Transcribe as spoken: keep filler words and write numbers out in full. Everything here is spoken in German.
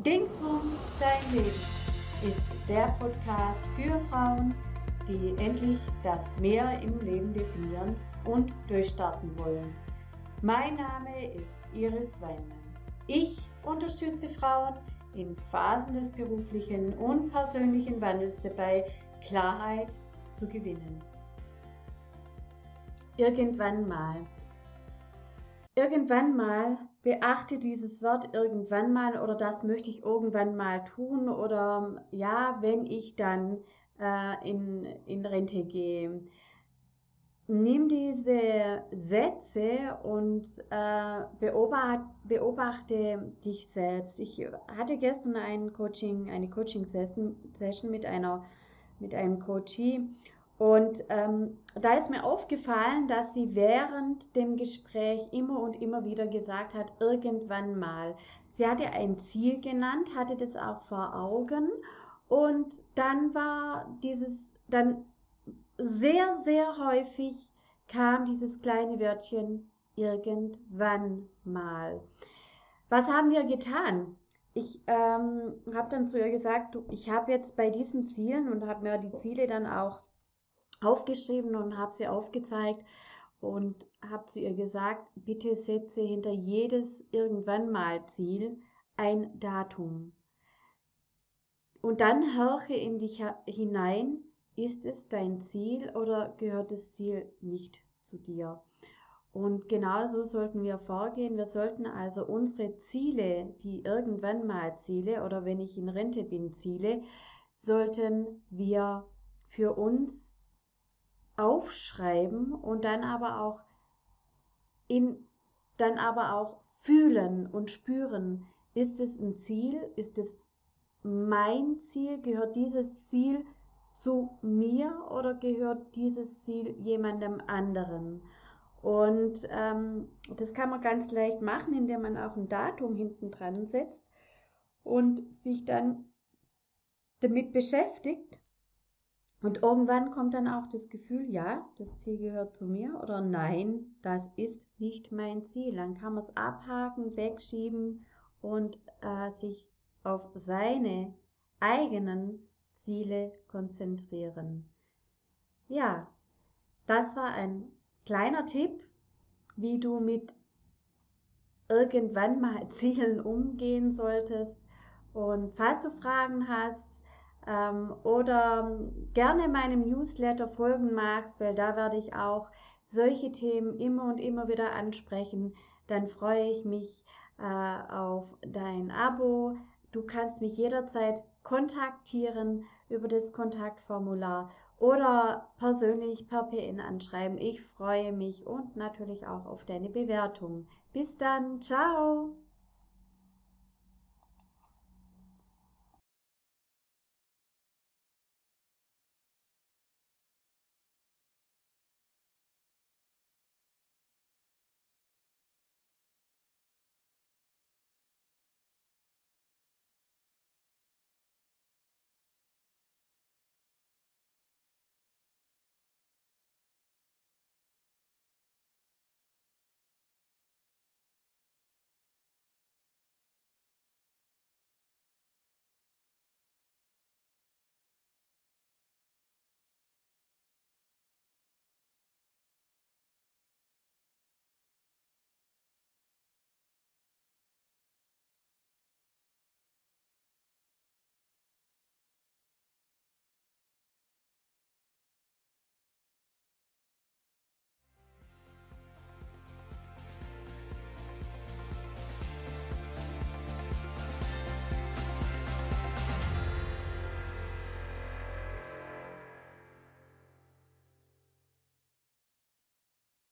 Dingsbums, dein Leben ist der Podcast für Frauen, die endlich das Mehr im Leben definieren und durchstarten wollen. Mein Name ist Iris Weinmann. Ich unterstütze Frauen in Phasen des beruflichen und persönlichen Wandels dabei, Klarheit zu gewinnen. Irgendwann mal. Irgendwann mal, beachte dieses Wort irgendwann mal oder das möchte ich irgendwann mal tun oder ja, wenn ich dann äh, in, in Rente gehe. Nimm diese Sätze und äh, beobachte, beobachte dich selbst. Ich hatte gestern ein Coaching, eine Coaching-Session mit einer, mit einem Coachee und ähm, da ist mir aufgefallen, dass sie während dem Gespräch immer und immer wieder gesagt hat, irgendwann mal. Sie hatte ein Ziel genannt, hatte das auch vor Augen und dann war dieses, dann sehr, sehr häufig kam dieses kleine Wörtchen irgendwann mal. Was haben wir getan? Ich ähm, habe dann zu ihr gesagt, du, ich habe jetzt bei diesen Zielen und habe mir die Ziele dann auch aufgeschrieben und habe sie aufgezeigt und habe zu ihr gesagt, bitte setze hinter jedes irgendwann mal Ziel ein Datum. Und dann horche in dich hinein, ist es dein Ziel oder gehört das Ziel nicht zu dir? Und genauso sollten wir vorgehen. Wir sollten also unsere Ziele, die irgendwann mal Ziele oder wenn ich in Rente bin Ziele, sollten wir für uns aufschreiben und dann aber auch in, dann aber auch fühlen und spüren. Ist es ein Ziel? Ist es mein Ziel? Gehört dieses Ziel zu mir oder gehört dieses Ziel jemandem anderen? Und ähm, das kann man ganz leicht machen, indem man auch ein Datum hinten dran setzt und sich dann damit beschäftigt. Und irgendwann kommt dann auch das Gefühl, ja, das Ziel gehört zu mir oder nein, das ist nicht mein Ziel. Dann kann man es abhaken, wegschieben und äh, sich auf seine eigenen Ziele konzentrieren. Ja, das war ein kleiner Tipp, wie du mit irgendwann mal Zielen umgehen solltest. Und falls du Fragen hast ähm, oder gerne meinem Newsletter folgen magst, weil da werde ich auch solche Themen immer und immer wieder ansprechen, dann freue ich mich äh, auf dein Abo. Du kannst mich jederzeit kontaktieren über das Kontaktformular oder persönlich per P N anschreiben. Ich freue mich und natürlich auch auf deine Bewertung. Bis dann, ciao!